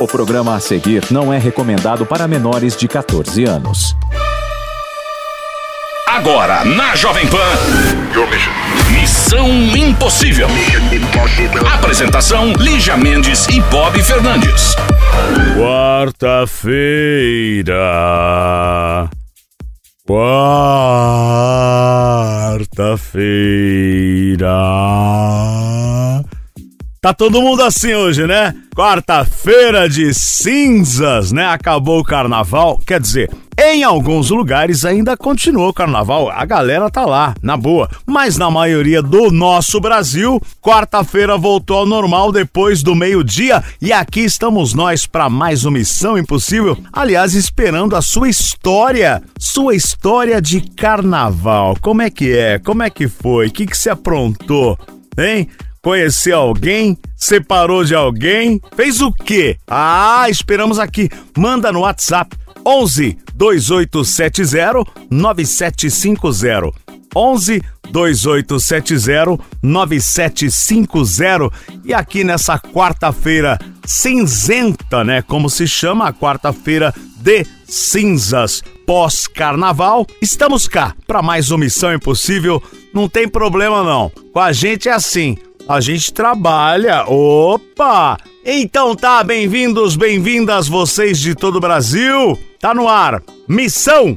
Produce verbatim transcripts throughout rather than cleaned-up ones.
O programa a seguir não é recomendado para menores de catorze anos. Agora, na Jovem Pan, Missão Impossível. Apresentação, Lígia Mendes e Bob Fernandes. Quarta-feira. Quarta-feira. Tá todo mundo assim hoje, né? Quarta-feira de cinzas, né? Acabou o carnaval. Quer dizer, em alguns lugares ainda continuou o carnaval. A galera tá lá, na boa. Mas na maioria do nosso Brasil, quarta-feira voltou ao normal depois do meio-dia. E aqui estamos nós para mais uma Missão Impossível. Aliás, esperando a sua história. Sua história de carnaval. Como é que é? Como é que foi? O que que você aprontou? Hein? Conheceu alguém? Separou de alguém? Fez o quê? Ah, esperamos aqui. Manda no WhatsApp onze, dois oito sete zero, nove sete cinco zero. onze, dois oito sete zero, nove sete cinco zero. E aqui nessa quarta-feira cinzenta, né? Como se chama a quarta-feira de cinzas pós-carnaval. Estamos cá para mais uma Missão Impossível. Não tem problema não. Com a gente é assim. A gente trabalha. Opa! Então tá, bem-vindos, bem-vindas vocês de todo o Brasil. Tá no ar. Missão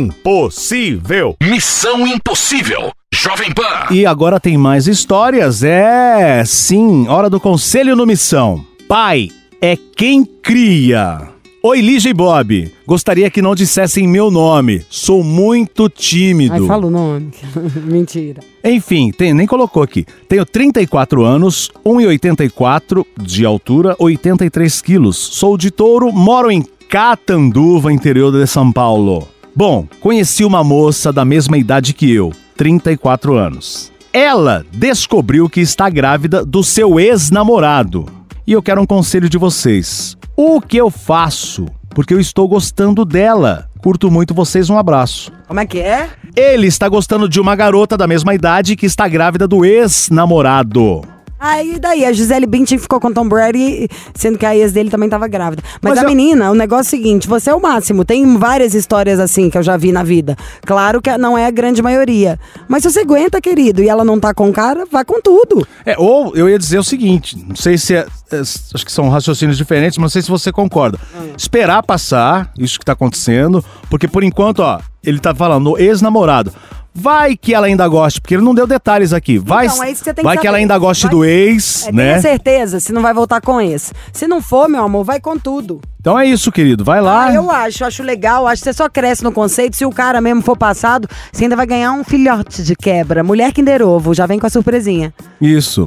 Impossível. Missão Impossível. Jovem Pan. E agora tem mais histórias. É, sim, hora do conselho no Missão. Pai é quem cria. Oi, Lígia e Bob. Gostaria que não dissessem meu nome. Sou muito tímido. Ai, fala o nome. Mentira. Enfim, tem, nem colocou aqui. Tenho trinta e quatro anos, um metro e oitenta e quatro de altura, oitenta e três quilos. Sou de Touro, moro em Catanduva, interior de São Paulo. Bom, conheci uma moça da mesma idade que eu, trinta e quatro anos. Ela descobriu que está grávida do seu ex-namorado. E eu quero um conselho de vocês. O que eu faço? Porque eu estou gostando dela. Curto muito vocês, um abraço. Como é que é? Ele está gostando de uma garota da mesma idade que está grávida do ex-namorado. Aí daí, a Gisele Bündchen ficou com Tom Brady, sendo que a ex dele também tava grávida. Mas, Mas a eu... menina, o negócio é o seguinte, você é o máximo. Tem várias histórias assim que eu já vi na vida. Claro que não é a grande maioria. Mas se você aguenta, querido, e ela não tá com o cara, vai com tudo. É, ou eu ia dizer o seguinte, não sei se é, é, acho que são raciocínios diferentes, mas não sei se você concorda. Hum. Esperar passar isso que tá acontecendo, porque por enquanto, ó, ele tá falando ex-namorado. Vai que ela ainda goste, porque ele não deu detalhes aqui. Vai, então, é isso que você tem vai que que ela ainda goste vai, do ex, é, né? Tenha certeza, se não vai voltar com esse. Se não for, meu amor, vai com tudo. Então é isso, querido, vai lá. Ah, eu acho, acho legal, acho que você só cresce no conceito. Se o cara mesmo for passado, você ainda vai ganhar um filhote de quebra. Mulher Kinder Ovo, já vem com a surpresinha. Isso.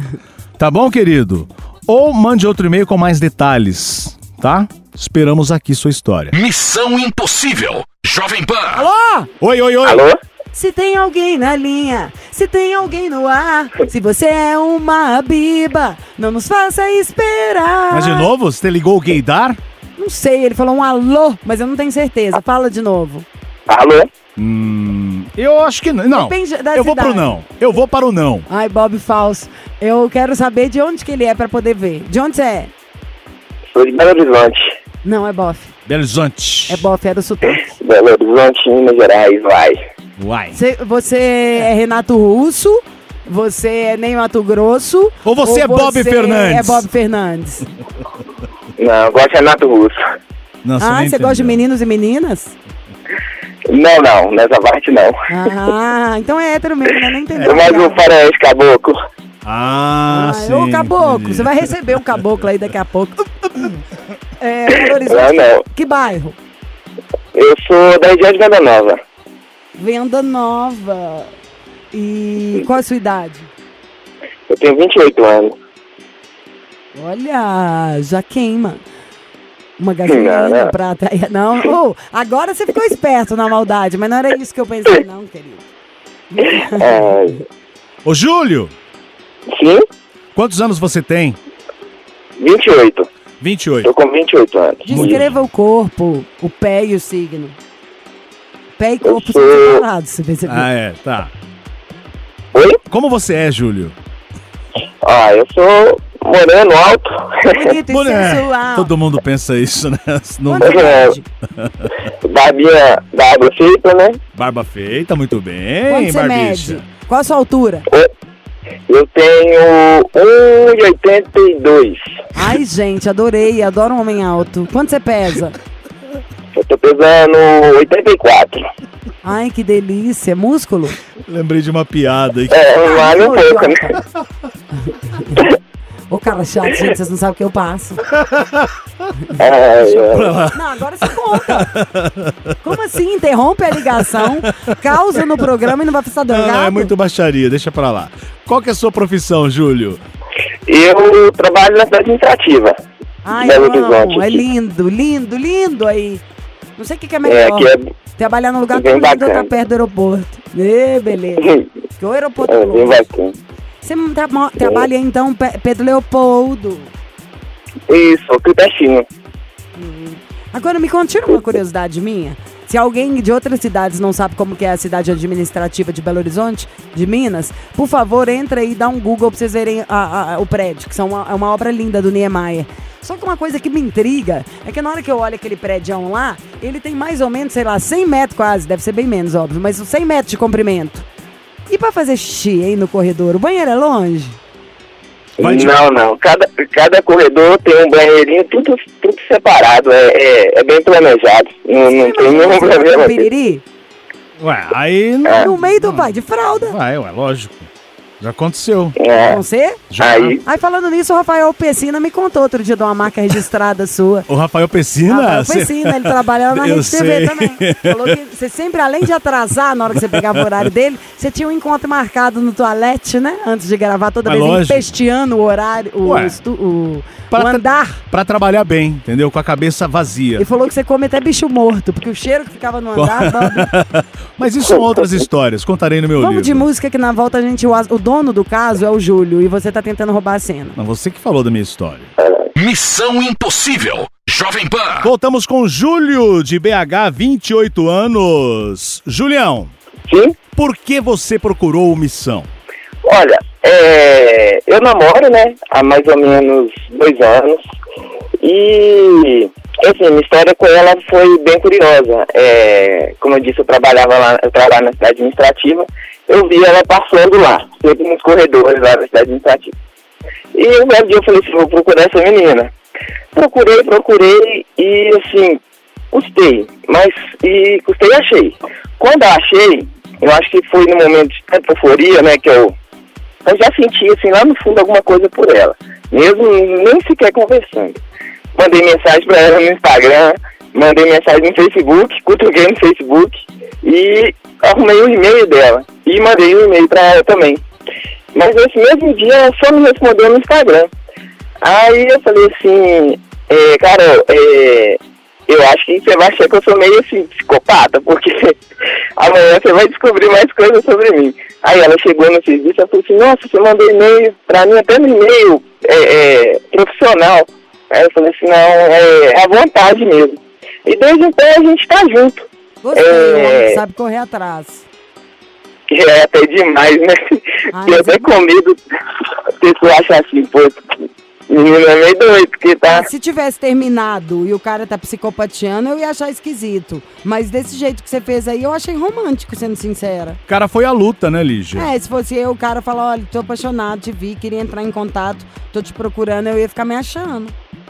Tá bom, querido? Ou mande outro e-mail com mais detalhes, tá? Esperamos aqui sua história. Missão Impossível, Jovem Pan. Alô? Oi, oi, oi. Alô? Se tem alguém na linha, se tem alguém no ar, se você é uma biba, não nos faça esperar. Mas de novo, você ligou o gaydar? Não sei, ele falou um alô, mas eu não tenho certeza. Fala de novo. Alô? Hum, eu acho que não. Não, Depende da eu vou cidade. pro não. Eu vou para o não. Ai, Bob Falso, eu quero saber de onde que ele é pra poder ver. De onde você é? Sou de Belo Horizonte. Não, é Bof. Belo Horizonte. É Bof, é do sotaque. Belo Horizonte, Minas Gerais, vai. Uai. Cê, você é Renato Russo, você é Ney Mato Grosso. Ou você ou é Bob você Fernandes? É Bob Fernandes. Não, eu gosto de Renato Russo. Não, Ah, você gosta de meninos e meninas? Não, não, nessa parte não. Ah, então é hétero mesmo, né? Nem entendeu. É mais um faroeste caboclo. Ah, Ah, sim. ô caboclo, entendi. você vai receber um caboclo aí daqui a pouco. É, Belo Horizonte, Não, não. que bairro? Eu sou da região de Venda Nova. Venda Nova. E qual é a sua idade? Eu tenho vinte e oito anos. Olha, já queima. Uma gasolina Não, não. pra atrair. Não, oh, agora você ficou esperto na maldade, mas não era isso que eu pensei, não, querido. É, Ô, Júlio, sim, quantos anos você tem? vinte e oito. vinte e oito. Tô com vinte e oito anos. Descreva o corpo, o pé e o signo. Pé e corpo Eu são sou- separados, você percebeu? Ah, é, tá. Oi? Como você é, Júlio? Ah, eu sou moreno, alto. Bonito e Mulher, sensual. todo mundo pensa isso, né? Não- Quanto É. mede? Barbinha, barba feita, né? Barba feita, muito bem, Quanto você barbicha. mede? Qual a sua altura? Eu tenho um e oitenta e dois. Ai, gente, adorei. Adoro um homem alto. Quanto você pesa? Eu tô pesando oitenta e quatro. Ai, que delícia. Músculo? Lembrei de uma piada aí. É, um Ai, ano um que pouco, né? idiota. Ô, cara chato, gente, vocês não sabem o que eu passo. Ai, ai. Não, agora você conta. Como assim? Interrompe a ligação, causa no programa e não vai precisar do Não, não, é muito baixaria, deixa pra lá. Qual que é a sua profissão, Júlio? Eu trabalho na cidade administrativa. Ai, Belo eu amo. Horizonte. É lindo, lindo, lindo aí. Não sei o que, que é É, melhor. aqui é Trabalhar num lugar bem tão lindo ou bacana. tá perto do aeroporto. Ê, beleza. Que o aeroporto é É bem longe. bacana. Você tra trabalha então, Pe- Pedro Leopoldo. Isso, aqui pertinho. Agora me conta, tira uma curiosidade minha. Se alguém de outras cidades não sabe como que é a cidade administrativa de Belo Horizonte, de Minas, por favor, entra aí e dá um Google pra vocês verem a- a- o prédio, que são uma, é uma obra linda do Niemeyer. Só que uma coisa que me intriga é que na hora que eu olho aquele prédio lá, ele tem mais ou menos, sei lá, cem metros quase, deve ser bem menos, óbvio, mas uns cem metros de comprimento. E pra fazer xixi aí no corredor, o banheiro é longe? Vai de- Não, não. Cada, cada corredor tem um banheirinho, tudo, tudo separado. É, é, é bem planejado. Não, não tem nenhum Você vai ter um problema. piriri? Ué, aí não. É. No meio do vai de fralda. Vai, ué, lógico. Já aconteceu. É. Com você? Já. Aí, Aí falando nisso, o Rafael Pessina me contou outro dia de uma marca registrada sua. O Rafael Pessina. Rafael cê- Pessina, ele trabalha lá na Eu Rede T V sei. também. Falou que você sempre, além de atrasar na hora que você pegava o horário dele, você tinha um encontro marcado no toalete, né? Antes de gravar, toda É vez lógico. empesteando o horário, o, Ué. estu- o, Pra o tra- andar. Pra trabalhar bem, entendeu? Com a cabeça vazia. E falou que você come até bicho morto, porque o cheiro que ficava no andar... Vamos, Mas isso são outras histórias, contarei no meu vamos livro. de música que na volta a gente... O, o dono do caso é o Júlio e você tá tentando roubar a cena. Não, você que falou da minha história. Missão Impossível. Jovem Pan. Voltamos com Júlio, de B H, vinte e oito anos. Julião, sim. por que você procurou o Missão? Olha, é, eu namoro, né? Há mais ou menos dois anos. E, assim, minha história com ela foi bem curiosa. É, como eu disse, eu trabalhava lá, eu trabalho na cidade administrativa. Eu vi ela passando lá, sempre nos corredores lá da cidade administrativa. E um belo dia eu falei assim, vou procurar essa menina. Procurei, procurei e, assim, custei. Mas, e custei e achei. Quando eu achei, eu acho que foi no momento de tanta euforia, né, que eu, eu já senti, assim, lá no fundo alguma coisa por ela. Mesmo nem sequer conversando. Mandei mensagem pra ela no Instagram, mandei mensagem no Facebook, cutuquei no Facebook e arrumei o e-mail dela. E mandei o e-mail pra ela também. Mas nesse mesmo dia ela só me respondeu no Instagram. Aí eu falei assim, é, Carol, é, eu acho que você vai achar que eu sou meio assim, psicopata, porque amanhã você vai descobrir mais coisas sobre mim. Aí ela chegou no serviço e falou assim, nossa, você mandou e-mail pra mim, até no e-mail é, é, profissional. Aí eu falei assim, não, é à vontade mesmo. E desde então a gente tá junto. Gostei, É. homem, sabe correr atrás. É até demais, né? Ai, Eu mas até é- com medo, a pessoa acha assim, pô, menino é meio doido, porque tá... Se tivesse terminado e o cara tá psicopateando, eu ia achar esquisito. Mas desse jeito que você fez aí, eu achei romântico, sendo sincera. O cara foi à luta, né, Lígia? É, se fosse eu, o cara falar, olha, tô apaixonado, te vi, queria entrar em contato, tô te procurando, eu ia ficar me achando.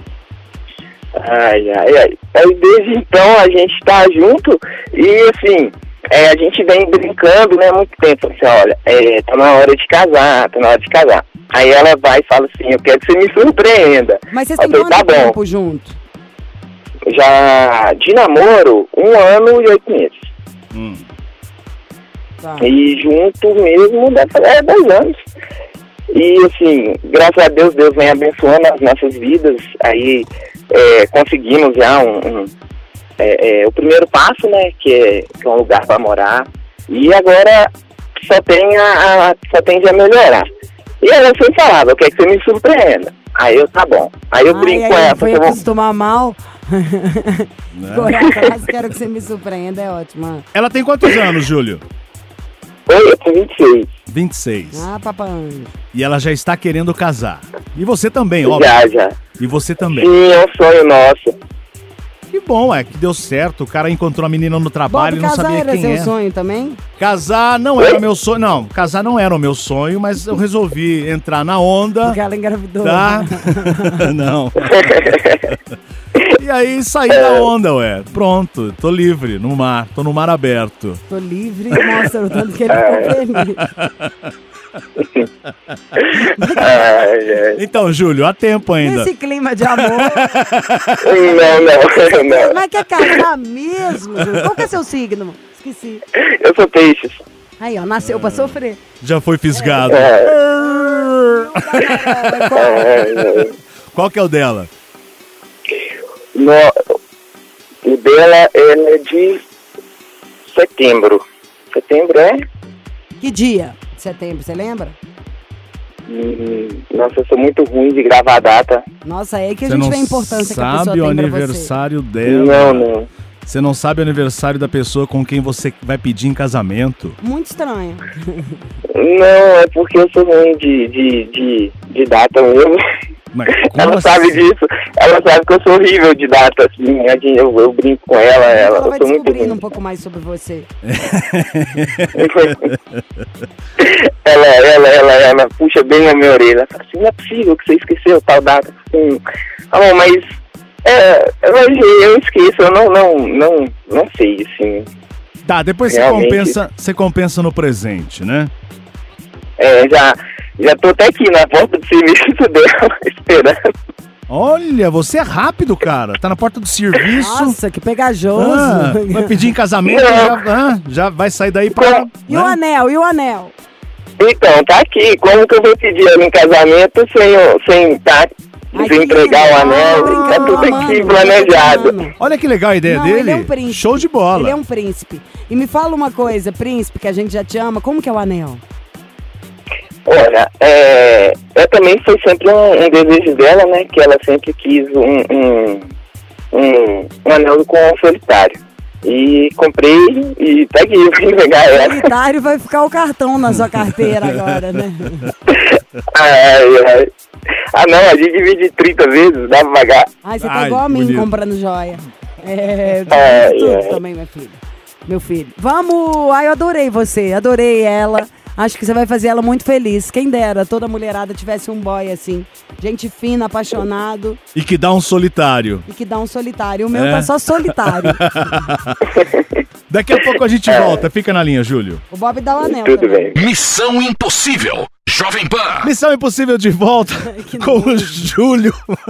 Ai, ai, ai. Aí desde então a gente tá junto e assim, é, a gente vem brincando, né, há muito tempo. Assim, olha, é, tá na hora de casar, tá na hora de casar. Aí ela vai e fala assim, eu quero que você me surpreenda. Mas vocês Eu têm falei, quanto tá bom. tempo junto? Já de namoro, um ano e oito meses. Hum. Tá. E junto mesmo, deve é, dois anos. E assim, graças a Deus, Deus vem abençoando as nossas vidas. Aí é, conseguimos já um, um, é, é, o primeiro passo, né? Que é, que é um lugar para morar. E agora só tem a, a só tende a melhorar. E ela sempre falava, eu quero que você me surpreenda. Aí eu, tá bom. Aí eu Ai, brinco ai, com ela. foi eu vou- acostumar mal. Correr atrás, quero que você me surpreenda, é ótimo. Ela tem quantos anos, Júlio? Oi, eu tenho vinte e seis. vinte e seis. Ah, papai. E ela já está querendo casar. E você também, óbvio. Já, já. E você também. Sim, é um sonho nosso. Que bom, é que deu certo. O cara encontrou a menina no trabalho e não sabia casar quem era é. seu sonho também? Casar não era o meu sonho. Não, casar não era o meu sonho, mas eu resolvi entrar na onda. Porque ela engravidou. Tá? Não. E aí saí da onda, ué. Pronto, tô livre no mar. Tô no mar aberto. Tô livre e mostra o tanto que ele ficou feliz. Ai, ai. Então, Júlio, há tempo ainda. Nesse clima de amor. Não, não, não. Mas quer casar mesmo, Júlio? Qual que é seu signo? Esqueci. Eu sou peixes. Aí, ó, nasceu pra sofrer. Já foi fisgado. É. Qual- Ai, ai. Qual que é o dela? No, o dela ele é de setembro. Setembro é? Que dia? Setembro, você lembra? Hum, nossa, eu sou muito ruim de gravar a data. Nossa, é aí que a Você gente não vê a importância que a pessoa sabe o tem pra você. aniversário dela. Não, não. Você não sabe o aniversário da pessoa com quem você vai pedir em casamento. Muito estranho. Não, é porque eu sou ruim de, de, de, de data mesmo. Mas como Ela assim? sabe disso. Ela sabe que eu sou horrível de data, assim. Eu, eu brinco com ela, ela, Ela eu vai sou muito descobrindo um ruim. pouco mais sobre você. ela, ela, ela, ela puxa bem a minha orelha. Ela fala assim, não é possível que você esqueceu tal data. Assim, ah, mas é, eu, eu esqueço, eu não, não, não, não sei, assim. Tá, depois você Realmente. compensa, você compensa no presente, né? É, já, já tô até aqui na porta do serviço dela, esperando. Olha, você é rápido, cara. Tá na porta do serviço. Nossa, que pegajoso. Ah, vai pedir em casamento, já, ah, já vai sair daí pra... E o né? anel, e o anel? Então, tá aqui. Como que eu vou pedir ela em casamento sem, o- sem, tá, Ai, sem que entregar lindo. o Ah, anel? brincando, Tá tudo amando, aqui tô planejado. brincando. Olha que legal a ideia Não, dele. ele é um príncipe. Show de bola. Ele é um príncipe. E me fala uma coisa, príncipe, que a gente já te ama, como que é o anel? Olha, é, eu também foi sempre um, um desejo dela, né? Que ela sempre quis um, um, um, um anel com solitário. E comprei e tá aqui, eu vim pegar ela. Solitário vai ficar o cartão na sua carteira agora, né? Ai, ai. Ah não, a gente divide trinta vezes, dá pra pagar. Ai, você tá Ai, igual a mim bonito. comprando joia. É, Ai, tudo ai. também, meu filho. Meu filho. Vamos! Ai, eu adorei você, adorei ela. Acho que você vai fazer ela muito feliz. Quem dera, toda mulherada tivesse um boy assim. Gente fina, apaixonado E que dá um solitário. e que dá um solitário. O meu É. tá só solitário. Daqui a pouco a gente volta. Fica na linha, Júlio. O Bob dá o anel Tudo também. bem. Missão Impossível. Jovem Pan. Missão Impossível de volta Que com o Júlio.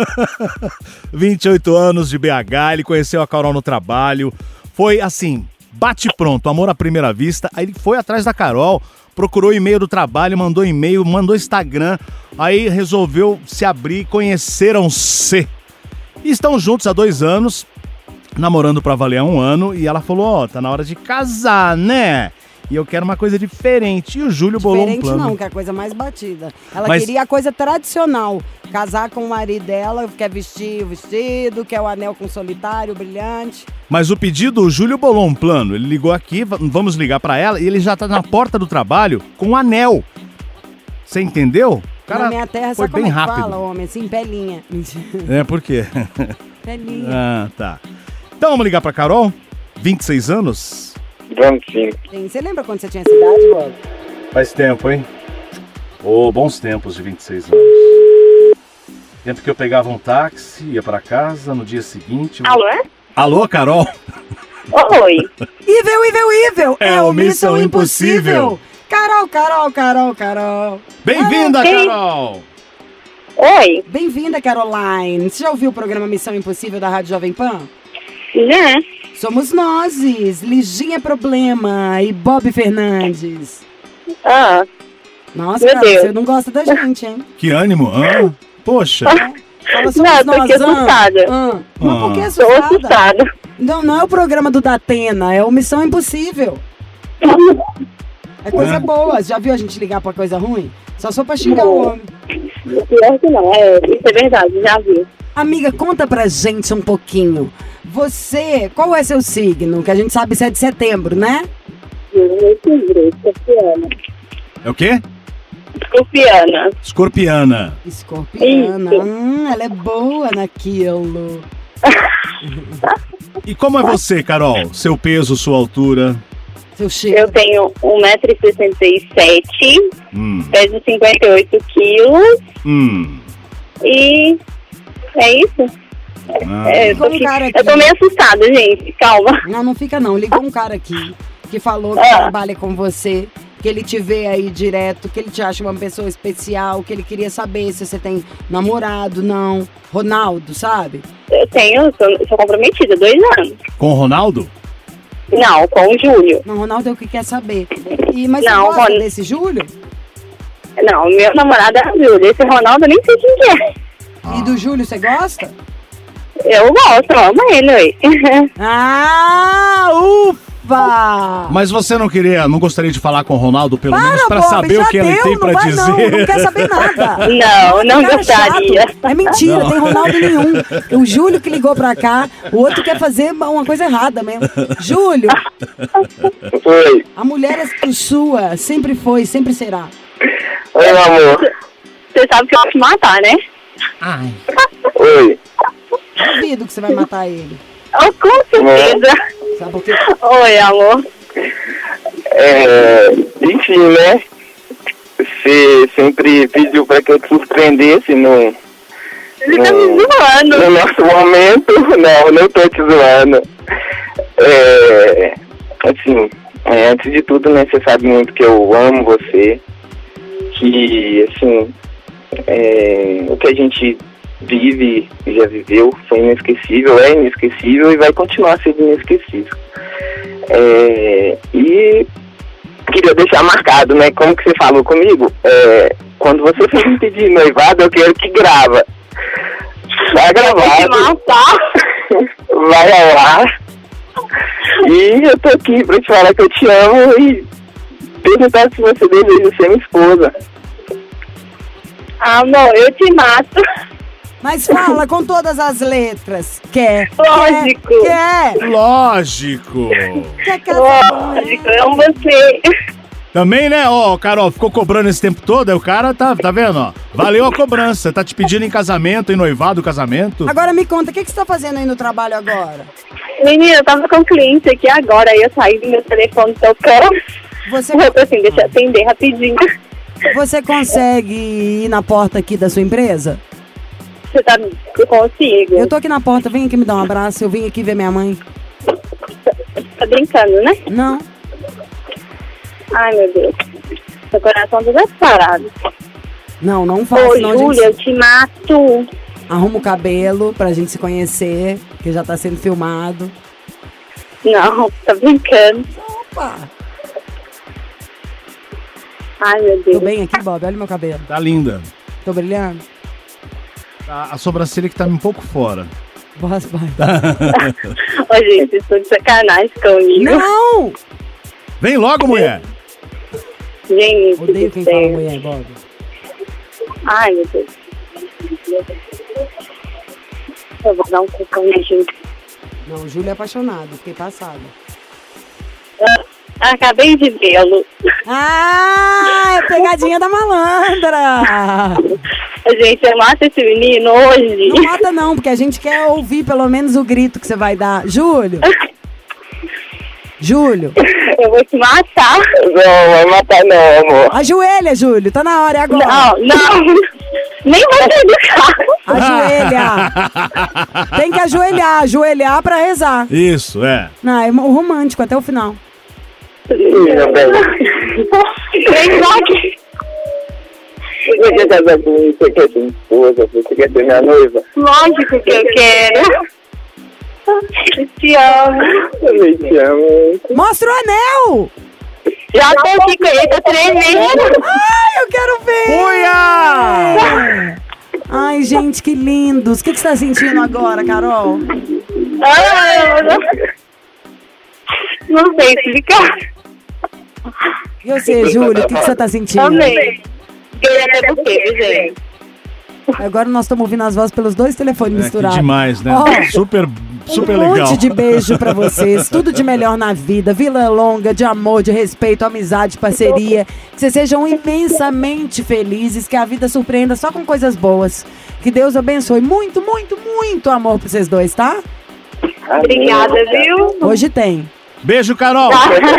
vinte e oito anos de B H. Ele conheceu a Carol no trabalho. Foi assim, bate pronto, amor à primeira vista. Aí ele foi atrás da Carol, procurou o e-mail do trabalho, mandou e-mail, mandou Instagram. Aí resolveu se abrir, conheceram-se. E estão juntos há dois anos, namorando pra valer há um ano. E ela falou, ó, tá na hora de casar, né? E eu quero uma coisa diferente. E o Júlio bolou um Diferente plano. não, que é a coisa mais batida. Ela Mas- queria a coisa tradicional. Casar com o marido dela, quer vestir o vestido, quer o anel com solitário, brilhante. Mas o pedido, o Júlio bolou um plano. Ele ligou aqui, va- vamos ligar pra ela, e ele já tá na porta do trabalho com um anel. Você entendeu? O cara Na minha terra, foi sabe como bem é que rápido. fala, homem? Assim, pelinha. É, por quê? Pelinha. Ah, tá. Então vamos ligar pra Carol? vinte e seis anos? Vamos sim. Sim. Você lembra quando você tinha essa idade, Bob? Faz tempo, hein? Ô, bons tempos de vinte e seis anos. Tempo que eu pegava um táxi, ia pra casa, no dia seguinte... Alô? Alô, Carol? Oi. Ivel, Ivel, Ivel! É o Missão Impossível. Carol, Carol, Carol, Carol. Bem-vinda, Sim. Carol! Oi. Bem-vinda, Caroline. Você já ouviu o programa Missão Impossível da Rádio Jovem Pan? Já. Somos nós, Liginha Problema e Bob Fernandes. Ah, Nossa, Meu cara, Deus. você não gosta da gente, hein? Que ânimo, ah, poxa. Fala, somos Não, eu tô aqui nós, ah, assustada. ah. Mas por que Ah. tô assustada? assustada. Não, não é o programa do Datena, é o Missão Impossível. É coisa É. boa. Já viu a gente ligar pra coisa ruim? Só sou pra xingar o homem. Pior que não, é, isso é verdade, já vi. Amiga, conta pra gente um pouquinho. Você, qual é seu signo? Que a gente sabe se é de setembro, né? É o quê? Escorpiana. Escorpiana. Escorpiana. Hum, ela é boa naquilo. E como é você, Carol? Seu peso, sua altura? Seu cheiro. Eu tenho um metro e sessenta e sete, Hum. peso cinquenta e oito quilos Hum. e é isso. Ah. É, eu, tô Ligou um aqui- cara aqui. eu tô meio assustada, gente. Calma. Não, não fica não. Ligou um cara aqui que falou que Ah. trabalha com você, que ele te vê aí direto, que ele te acha uma pessoa especial, que ele queria saber se você tem namorado, não. Ronaldo, sabe? Eu tenho, sou, sou comprometida, dois anos. Com o Ronaldo? Não, com o Júlio. Não, Ronaldo é o que quer saber. E, mas Não, você gosta Ron- desse Júlio? Não, meu namorado é o Júlio. Esse Ronaldo eu nem sei quem que é. E do Júlio você gosta? Eu gosto, eu amo ele, ué. Ah, ufa! Mas você não queria, não gostaria de falar com o Ronaldo, pelo Para, menos pra Bob, saber já o que ele deu, tem não pra vai, dizer? Não, não quer saber nada. Não, não Cara gostaria. chato. É mentira, Não. tem Ronaldo nenhum. O Júlio que ligou pra cá, o outro quer fazer uma coisa errada mesmo. Júlio, Oi. a mulher é sua, sempre foi, sempre será. Oi, meu amor. Você sabe que eu vou te matar, né? Ai, Oi. duvido que você vai matar ele. Oh, com certeza. Sabe por quê? Oi, amor. É, enfim, né? Você sempre pediu pra que eu te surpreendesse no, Você tá me zoando. no nosso momento. Não, não tô te zoando. É, assim, é, antes de tudo, né? Você sabe muito que eu amo você. Que, assim, é, o que a gente vive e já viveu foi inesquecível, é inesquecível e vai continuar sendo inesquecível. É, e queria deixar marcado, né? Como que você falou comigo? É, quando você for me pedir noivado, eu quero que grava. Vai Vou te gravado, matar. vai ao ar. E eu tô aqui pra te falar que eu te amo e perguntar se você deseja ser minha esposa. Amor, eu te mato. Mas fala com todas as letras. Quer? Lógico. Quer? Quer? Lógico. Quer casar com Lógico, ele? eu amo você. Também, né, ó, Carol, ficou cobrando esse tempo todo, aí o cara tá, tá vendo, ó, valeu a cobrança, tá te pedindo em casamento, em noivado, casamento. Agora me conta, o que, que você tá fazendo aí no trabalho agora? Menina, eu tava com um cliente aqui agora, aí eu saí do meu telefone tocando. Você, Eu tô assim, deixa eu atender rapidinho. você consegue ir na porta aqui da sua empresa? Você tá, eu consigo. Eu tô aqui na porta, vem aqui me dar um abraço, eu vim aqui ver minha mãe. Tá brincando, né? Não. Ai, meu Deus. Seu coração tá parado. Não, não faz, Ô, senão a Júlia, eu gente te mato. arruma o cabelo pra gente se conhecer, que já tá sendo filmado. Não, tá brincando. Opa! Ai, meu Tô Deus. bem aqui, Bob, olha meu cabelo. Tá linda. Tô brilhando? A, a sobrancelha que tá um pouco fora. Vou raspar. Ô, gente, vocês estão de sacanagem comigo. Não! Vem logo, mulher. Gente, Odeio do quem céu. fala mulher, Bob. Ai, meu Deus. Eu vou dar um cocão na gente. Não, o Júlio é apaixonado, fiquei passada. Acabei de vê-lo. Ah, é pegadinha da malandra! Gente, eu mato esse menino hoje. Não mata não, porque a gente quer ouvir pelo menos o grito que você vai dar. Júlio! Júlio! Eu vou te matar. Não, vai matar não, amor. Ajoelha, Júlio, tá na hora, é agora. Não, não. Nem vou sair do carro. Ajoelha! Tem que ajoelhar, ajoelhar pra rezar. Isso, é. Não, é romântico até o final. Meu bem. Vem cá aqui. Você quer casar comigo? Você quer ser minha esposa? Você quer ser minha noiva? Lógico que eu quero. Eu te amo. Eu te amo. Mostra o anel! Já tô aqui com ele, tá tremendo. Ai, eu quero ver! Uia! Ai, gente, que lindos. O que, que você tá sentindo agora, Carol? Ai, eu não... não sei explicar. E você, Júlio, o que, que você tá sentindo? Amei. Ganhei até buquê, viu, gente? Agora nós estamos ouvindo as vozes pelos dois telefones É, que misturados. demais, né? Ó, super, super um legal. monte de beijo pra vocês, tudo de melhor na vida, vida longa, de amor, de respeito, amizade, parceria. Que vocês sejam imensamente felizes, que a vida surpreenda só com coisas boas. Que Deus abençoe muito, muito, muito amor pra vocês dois, tá? Obrigada, viu? Hoje tem. Beijo, Carol.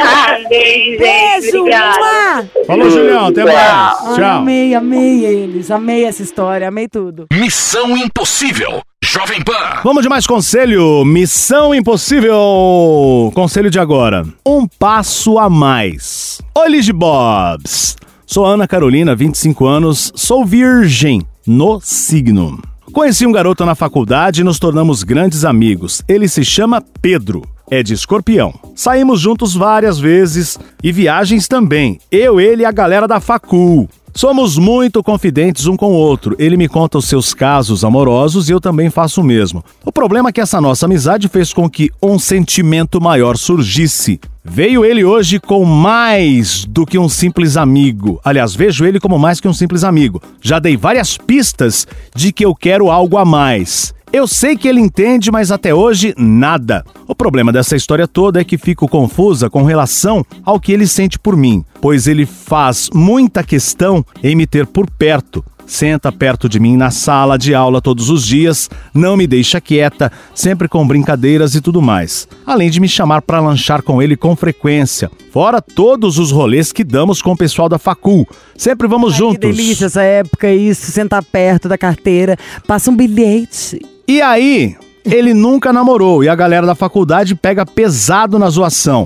Beijo, gente. Beijo! Obrigada. Mua! Falou, Julião. Até mais. Ai, Tchau. amei, amei eles, amei essa história, amei tudo. Missão Impossível. Jovem Pan. Vamos de mais conselho. Missão Impossível. Conselho de agora. Um passo a mais. Oi, Lige Bobs. Sou Ana Carolina, vinte e cinco anos. Sou virgem no signo. Conheci um garoto na faculdade e nos tornamos grandes amigos. Ele se chama Pedro. É de Escorpião. Saímos juntos várias vezes e viagens também. Eu, ele e a galera da facul. Somos muito confidentes um com o outro. Ele me conta os seus casos amorosos e eu também faço o mesmo. O problema é que essa nossa amizade fez com que um sentimento maior surgisse. Veio ele hoje com mais do que um simples amigo. Aliás, vejo ele como mais que um simples amigo. Já dei várias pistas de que eu quero algo a mais. Eu sei que ele entende, mas até hoje, nada. O problema dessa história toda é que fico confusa com relação ao que ele sente por mim, pois ele faz muita questão em me ter por perto. Senta perto de mim na sala de aula todos os dias, não me deixa quieta, sempre com brincadeiras e tudo mais. Além de me chamar para lanchar com ele com frequência, fora todos os rolês que damos com o pessoal da facul. Sempre vamos Ai, juntos. que delícia essa época, isso, sentar perto da carteira, passa um bilhete. E aí, ele nunca namorou e a galera da faculdade pega pesado na zoação.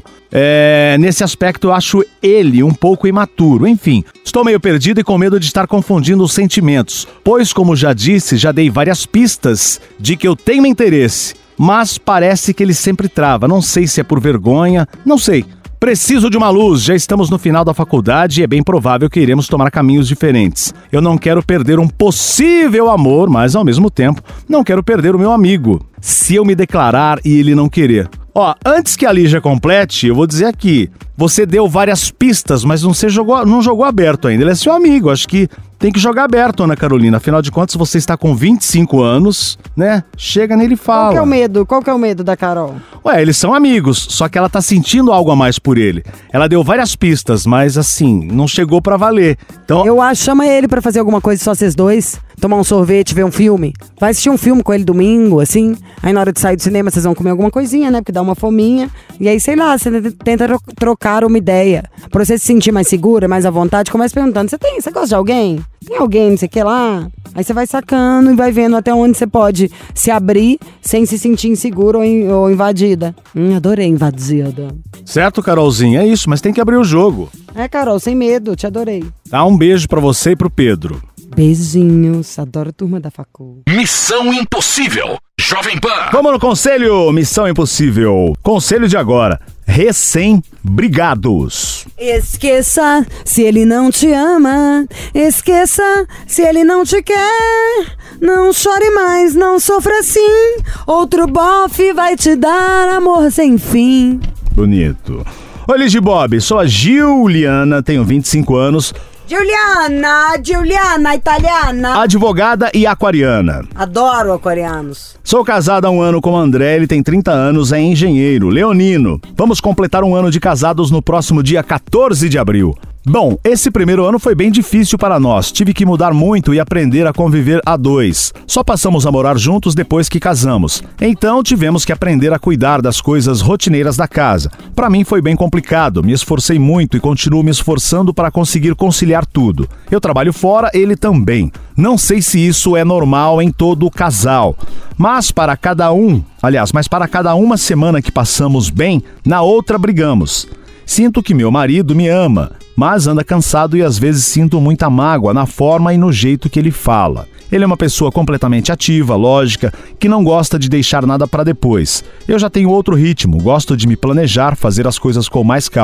É, nesse aspecto eu acho ele um pouco imaturo. Enfim, estou meio perdido e com medo de estar confundindo os sentimentos, pois, como já disse, já dei várias pistas de que eu tenho interesse, mas parece que ele sempre trava. Não sei se é por vergonha, não sei. Preciso de uma luz, já estamos no final da faculdade e é bem provável que iremos tomar caminhos diferentes. Eu não quero perder um possível amor, mas ao mesmo tempo não quero perder o meu amigo, se eu me declarar e ele não querer. Ó, antes que a Lígia complete, eu vou dizer aqui, você deu várias pistas, mas não, você jogou, não jogou aberto ainda, ele é seu amigo, acho que tem que jogar aberto, Ana Carolina, afinal de contas você está com vinte e cinco anos, né? Chega nele e fala. Qual que é o medo? Qual que é o medo da Carol? Ué, eles são amigos, só que ela tá sentindo algo a mais por ele. Ela deu várias pistas, mas assim, não chegou pra valer. Então, Eu acho, chama ele pra fazer alguma coisa só vocês dois. Tomar um sorvete, ver um filme. Vai assistir um filme com ele domingo, assim. Aí na hora de sair do cinema, vocês vão comer alguma coisinha, né? Porque dá uma fominha. E aí, sei lá, você tenta tro- trocar uma ideia. Pra você se sentir mais segura, mais à vontade, começa perguntando, você tem, você gosta de alguém? Tem alguém, não sei o que lá? Aí você vai sacando e vai vendo até onde você pode se abrir sem se sentir insegura ou, in- ou invadida. Hum, adorei invadida. certo, Carolzinha? É isso, mas tem que abrir o jogo. É, Carol, sem medo, te adorei. Tá, um beijo pra você e pro Pedro. Beijinhos, adoro a turma da facul. Missão Impossível. Jovem Pan. Vamos no conselho Missão Impossível. Conselho de agora. Recém-brigados. Esqueça se ele não te ama. Esqueça se ele não te quer. Não chore mais, não sofra assim. Outro bofe vai te dar amor sem fim. Bonito. Oi, Lige Bob, sou a Giuliana, tenho vinte e cinco anos, Giuliana, Giuliana, italiana. advogada e aquariana. Adoro aquarianos. Sou casada há um ano com o André, ele tem trinta anos, é engenheiro, leonino. Vamos completar um ano de casados no próximo dia quatorze de abril. Bom, esse primeiro ano foi bem difícil para nós, tive que mudar muito e aprender a conviver a dois. Só passamos a morar juntos depois que casamos, então tivemos que aprender a cuidar das coisas rotineiras da casa. Para mim foi bem complicado, me esforcei muito e continuo me esforçando para conseguir conciliar tudo. Eu trabalho fora, ele também. Não sei se isso é normal em todo o casal, mas para cada um, aliás, mas para cada uma semana que passamos bem, na outra brigamos. Sinto que meu marido me ama, mas anda cansado e às vezes sinto muita mágoa na forma e no jeito que ele fala. Ele é uma pessoa completamente ativa, lógica, que não gosta de deixar nada para depois. Eu já tenho outro ritmo, gosto de me planejar, fazer as coisas com mais calma.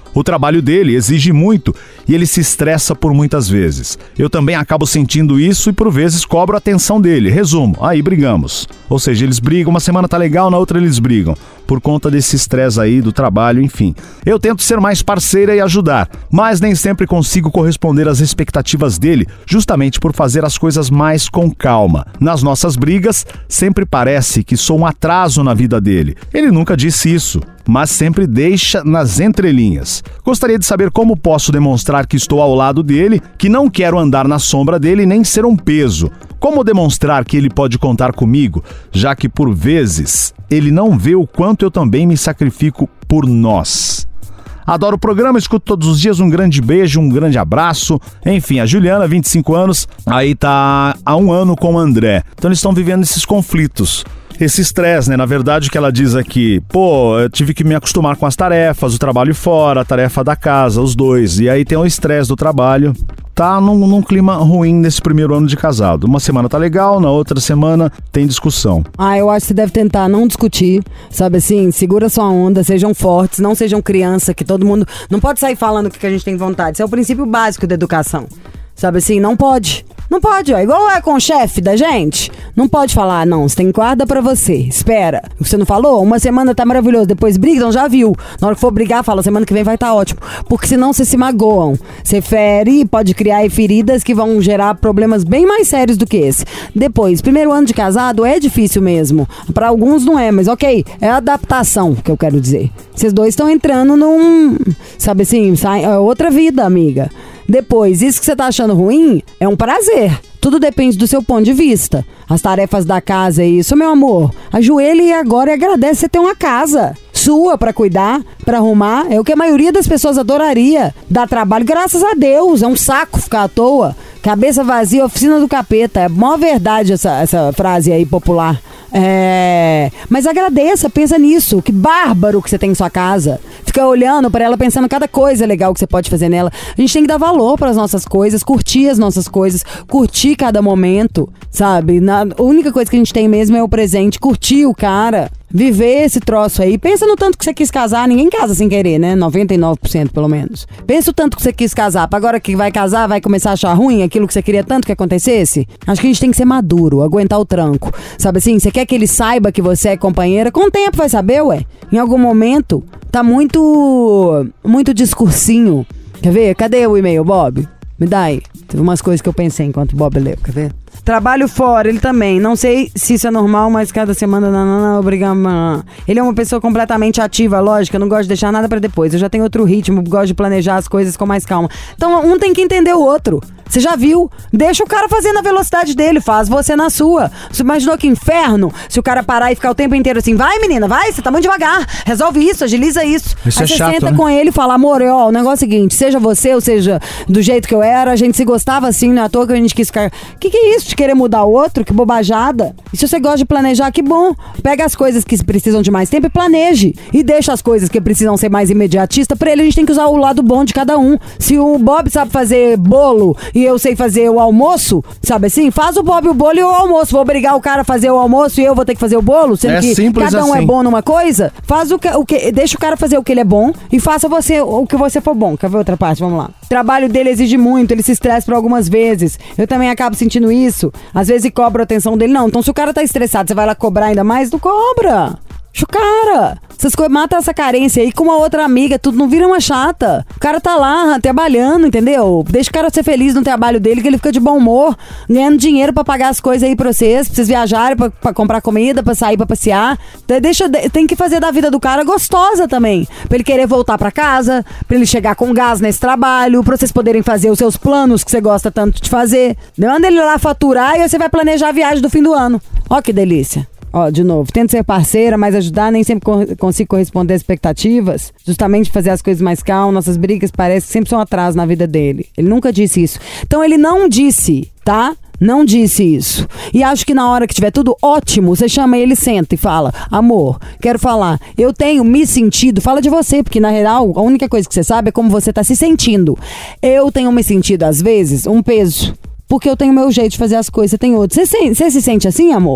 O trabalho dele exige muito e ele se estressa por muitas vezes. Eu também acabo sentindo isso e por vezes cobro a atenção dele. Resumo, aí brigamos. Ou seja, eles brigam, uma semana tá legal, na outra eles brigam. Por conta desse estresse aí do trabalho, enfim. Eu tento ser mais parceira e ajudar, mas nem sempre consigo corresponder às expectativas dele, justamente por fazer as coisas mais com calma. Nas nossas brigas, sempre parece que sou um atraso na vida dele. Ele nunca disse isso, mas sempre deixa nas entrelinhas. Gostaria de saber como posso demonstrar que estou ao lado dele, que não quero andar na sombra dele nem ser um peso. Como demonstrar que ele pode contar comigo, já que por vezes ele não vê o quanto eu também me sacrifico por nós. Adoro o programa, escuto todos os dias, um grande beijo, um grande abraço. Enfim, a Juliana, vinte e cinco anos, aí tá há um ano com o André. Então eles estão vivendo esses conflitos. Esse estresse, né? Na verdade, o que ela diz aqui, pô, eu tive que me acostumar com as tarefas, o trabalho fora, a tarefa da casa, os dois. E aí tem o estresse do trabalho. Tá num, num clima ruim nesse primeiro ano de casado. Uma semana tá legal, na outra semana tem discussão. Ah, eu acho que você deve tentar não discutir, sabe assim? Segura sua onda, sejam fortes, não sejam criança, que todo mundo... Não pode sair falando o que a gente tem vontade. Isso é o princípio básico da educação. Sabe assim? Não pode. Não pode, ó. Igual é com o chefe da gente. Não pode falar, não, você tem guarda pra você. Espera. Você não falou? Uma semana tá maravilhoso. Depois briga, então já viu. Na hora que for brigar, fala, semana que vem vai tá ótimo. Porque senão você se magoam. Você fere e pode criar feridas que vão gerar problemas bem mais sérios do que esse. Depois, primeiro ano de casado é difícil mesmo. Pra alguns não é, mas ok. É adaptação que eu quero dizer. Vocês dois estão entrando num... Sabe assim, é outra vida, amiga. Depois, isso que você tá achando ruim é um prazer. Tudo depende do seu ponto de vista. As tarefas da casa é isso, meu amor. Ajoelhe agora e agradece você ter uma casa sua pra cuidar, pra arrumar. É o que a maioria das pessoas adoraria. Dá trabalho, graças a Deus. É um saco ficar à toa. Cabeça vazia, oficina do capeta. É a maior verdade essa, essa frase aí popular. É... Mas agradeça, pensa nisso. Que bárbaro que você tem em sua casa. Fica olhando pra ela, pensando cada coisa legal que você pode fazer nela. A gente tem que dar valor pras nossas coisas, curtir as nossas coisas, curtir cada momento, sabe? Na... A única coisa que a gente tem mesmo é o presente, curtir o cara. Viver esse troço aí. Pensa no tanto que você quis casar. Ninguém casa sem querer, né? noventa e nove por cento pelo menos. Pensa o tanto que você quis casar. Pra agora que vai casar, vai começar a achar ruim aquilo que você queria tanto que acontecesse? Acho que a gente tem que ser maduro, aguentar o tranco. Sabe assim? Você quer que ele saiba que você é companheira? Com o tempo vai saber, ué. Em algum momento, tá muito... Muito discursinho. Quer ver? Cadê o e-mail, Bob? Me dá aí. Teve umas coisas que eu pensei enquanto o Bob leu. Quer ver? Trabalho fora, ele também. Não sei se isso é normal, mas cada semana... Não, não, não, obrigado. Ele é uma pessoa completamente ativa, lógico. Eu não gosto de deixar nada pra depois. Eu já tenho outro ritmo, gosto de planejar as coisas com mais calma. Então, um tem que entender o outro. Você já viu? Deixa o cara fazer na velocidade dele, faz você na sua. Você imaginou que inferno se o cara parar e ficar o tempo inteiro assim, vai menina, vai, você tá muito devagar, resolve isso, agiliza isso. Isso Aí é você chato, senta né? com ele e fala, amor, ó, o negócio é o seguinte, seja você ou seja do jeito que eu era, a gente se gostava assim, não é à toa que a gente quis ficar... Que que é isso de querer mudar o outro? Que bobajada. E se você gosta de planejar, que bom. Pega as coisas que precisam de mais tempo e planeje. E deixa as coisas que precisam ser mais imediatistas. Pra ele, a gente tem que usar o lado bom de cada um. Se o Bob sabe fazer bolo e eu sei fazer o almoço, sabe assim? Faz o Bob o bolo e o almoço. Vou obrigar o cara a fazer o almoço e eu vou ter que fazer o bolo? Sendo É que simples cada um assim. é bom numa coisa. Faz o que, o que... Deixa o cara fazer o que ele é bom e faça você o que você for bom. Quer ver outra parte? Vamos lá. O trabalho dele exige muito. Ele se estressa por algumas vezes. Eu também acabo sentindo isso. Às vezes cobro a atenção dele. Não, então se o cara tá estressado, você vai lá cobrar ainda mais? Não cobra. Deixa o cara. Essas coisas, mata essa carência aí com uma outra amiga, tudo não vira uma chata. O cara tá lá trabalhando, entendeu? Deixa o cara ser feliz no trabalho dele, que ele fica de bom humor, ganhando dinheiro pra pagar as coisas aí pra vocês, pra vocês viajarem, pra, pra comprar comida, pra sair, pra passear. Deixa, tem que fazer da vida do cara gostosa também. Pra ele querer voltar pra casa, pra ele chegar com gás nesse trabalho, pra vocês poderem fazer os seus planos que você gosta tanto de fazer. Manda ele lá faturar e você vai planejar a viagem do fim do ano. Ó que delícia. Ó, de novo, tento ser parceira, mas ajudar, nem sempre co- consigo corresponder às expectativas. Justamente fazer as coisas mais calmas, nossas brigas parecem que sempre são atraso na vida dele. Ele nunca disse isso. Então ele não disse, tá? Não disse isso. E acho que na hora que tiver tudo ótimo, você chama ele, senta e fala, amor, quero falar, eu tenho me sentido, fala de você, porque na real, a única coisa que você sabe é como você tá se sentindo. Eu tenho me sentido, às vezes, um peso, porque eu tenho meu jeito de fazer as coisas, você tem outro. Você, se, você se sente assim, amor?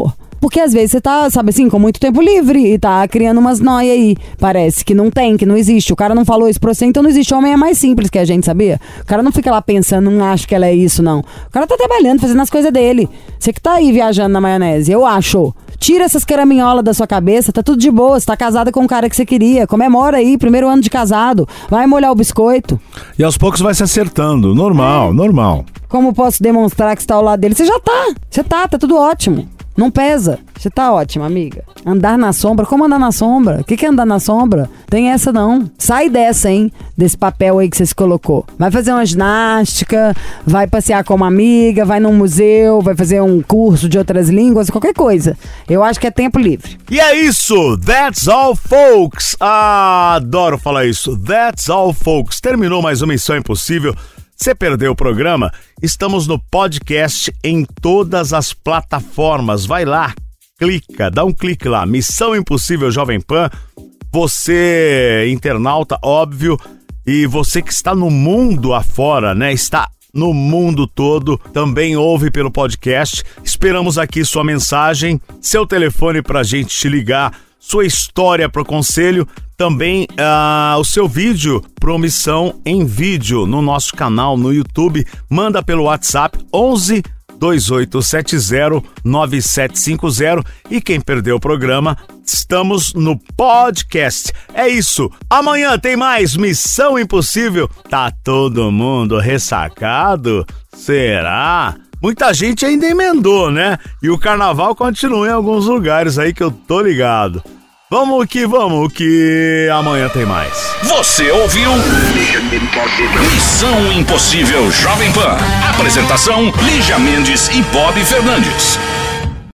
Porque às vezes você tá, sabe assim, com muito tempo livre e tá criando umas nóia aí. Parece que não tem, que não existe. O cara não falou isso pra você, então não existe. O homem é mais simples que a gente, sabia? O cara não fica lá pensando, não acho que ela é isso, não. O cara tá trabalhando, fazendo as coisas dele. Você que tá aí viajando na maionese, eu acho. Tira essas caraminholas da sua cabeça, tá tudo de boa. Você tá casada com o cara que você queria. Comemora aí, primeiro ano de casado. Vai molhar o biscoito. E aos poucos vai se acertando. Normal, é. normal. Como posso demonstrar que você tá ao lado dele? Você já tá. Você tá, tá tudo ótimo. Não pesa. Você tá ótima, amiga. Andar na sombra? Como andar na sombra? O que, que é andar na sombra? Tem essa não. Sai dessa, hein? Desse papel aí que você se colocou. Vai fazer uma ginástica, vai passear com uma amiga, vai num museu, vai fazer um curso de outras línguas, qualquer coisa. Eu acho que é tempo livre. E é isso. That's all, folks. Ah, adoro falar isso. That's all, folks. Terminou mais uma Missão Impossível. Você perdeu o programa? Estamos no podcast em todas as plataformas. Vai lá, clica, dá um clique lá. Missão Impossível Jovem Pan. Você, internauta, óbvio, e você que está no mundo afora, né? Está no mundo todo, também ouve pelo podcast. Esperamos aqui sua mensagem, seu telefone pra gente te ligar, sua história pro conselho. Também uh, o seu vídeo pro Missão em Vídeo no nosso canal no YouTube. Manda pelo WhatsApp onze, dois oito sete zero, nove sete cinco zero. E quem perdeu o programa, estamos no podcast. É isso. Amanhã tem mais Missão Impossível. Tá todo mundo ressacado? Será? Muita gente ainda emendou, né? E o carnaval continua em alguns lugares aí que eu tô ligado. Vamos que vamos, que amanhã tem mais. Você ouviu Missão Impossível Jovem Pan. Apresentação, Lígia Mendes e Bob Fernandes.